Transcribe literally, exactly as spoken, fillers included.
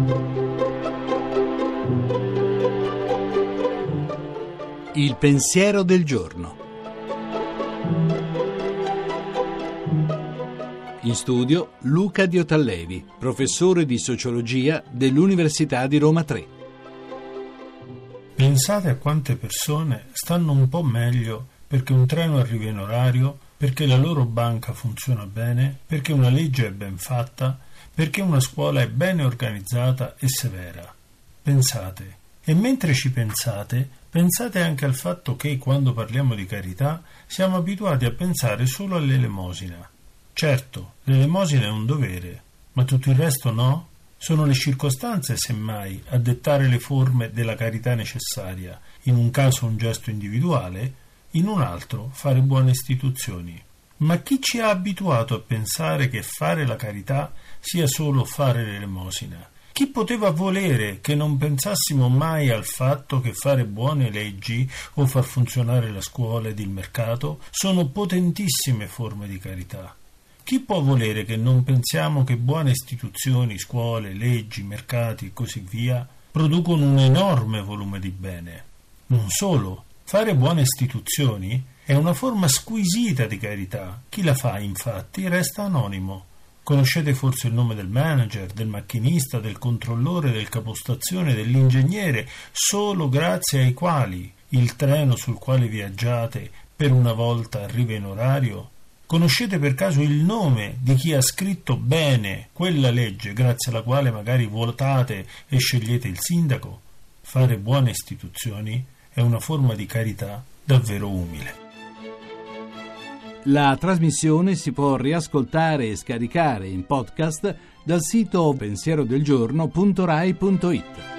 Il pensiero del giorno. In studio Luca Diotallevi, professore di sociologia dell'Università di Roma tre. Pensate a quante persone stanno un po' meglio perché un treno arriva in orario, perché la loro banca funziona bene, perché una legge è ben fatta, perché una scuola è bene organizzata e severa. Pensate. E mentre ci pensate, pensate anche al fatto che quando parliamo di carità siamo abituati a pensare solo all'elemosina. Certo, l'elemosina è un dovere, ma tutto il resto no? Sono le circostanze, semmai, a dettare le forme della carità necessaria, in un caso un gesto individuale, in un altro fare buone istituzioni. Ma chi ci ha abituato a pensare che fare la carità sia solo fare l'elemosina? Chi poteva volere che non pensassimo mai al fatto che fare buone leggi o far funzionare la scuola ed il mercato sono potentissime forme di carità? Chi può volere che non pensiamo che buone istituzioni, scuole, leggi, mercati e così via producono un enorme volume di bene? Non solo, fare buone istituzioni è una forma squisita di carità. Chi la fa, infatti, resta anonimo. Conoscete forse il nome del manager, del macchinista, del controllore, del capostazione, dell'ingegnere, solo grazie ai quali il treno sul quale viaggiate per una volta arriva in orario? Conoscete per caso il nome di chi ha scritto bene quella legge grazie alla quale magari votate e scegliete il sindaco? Fare buone istituzioni è una forma di carità davvero umile. La trasmissione si può riascoltare e scaricare in podcast dal sito pensierodelgiorno punto rai punto it.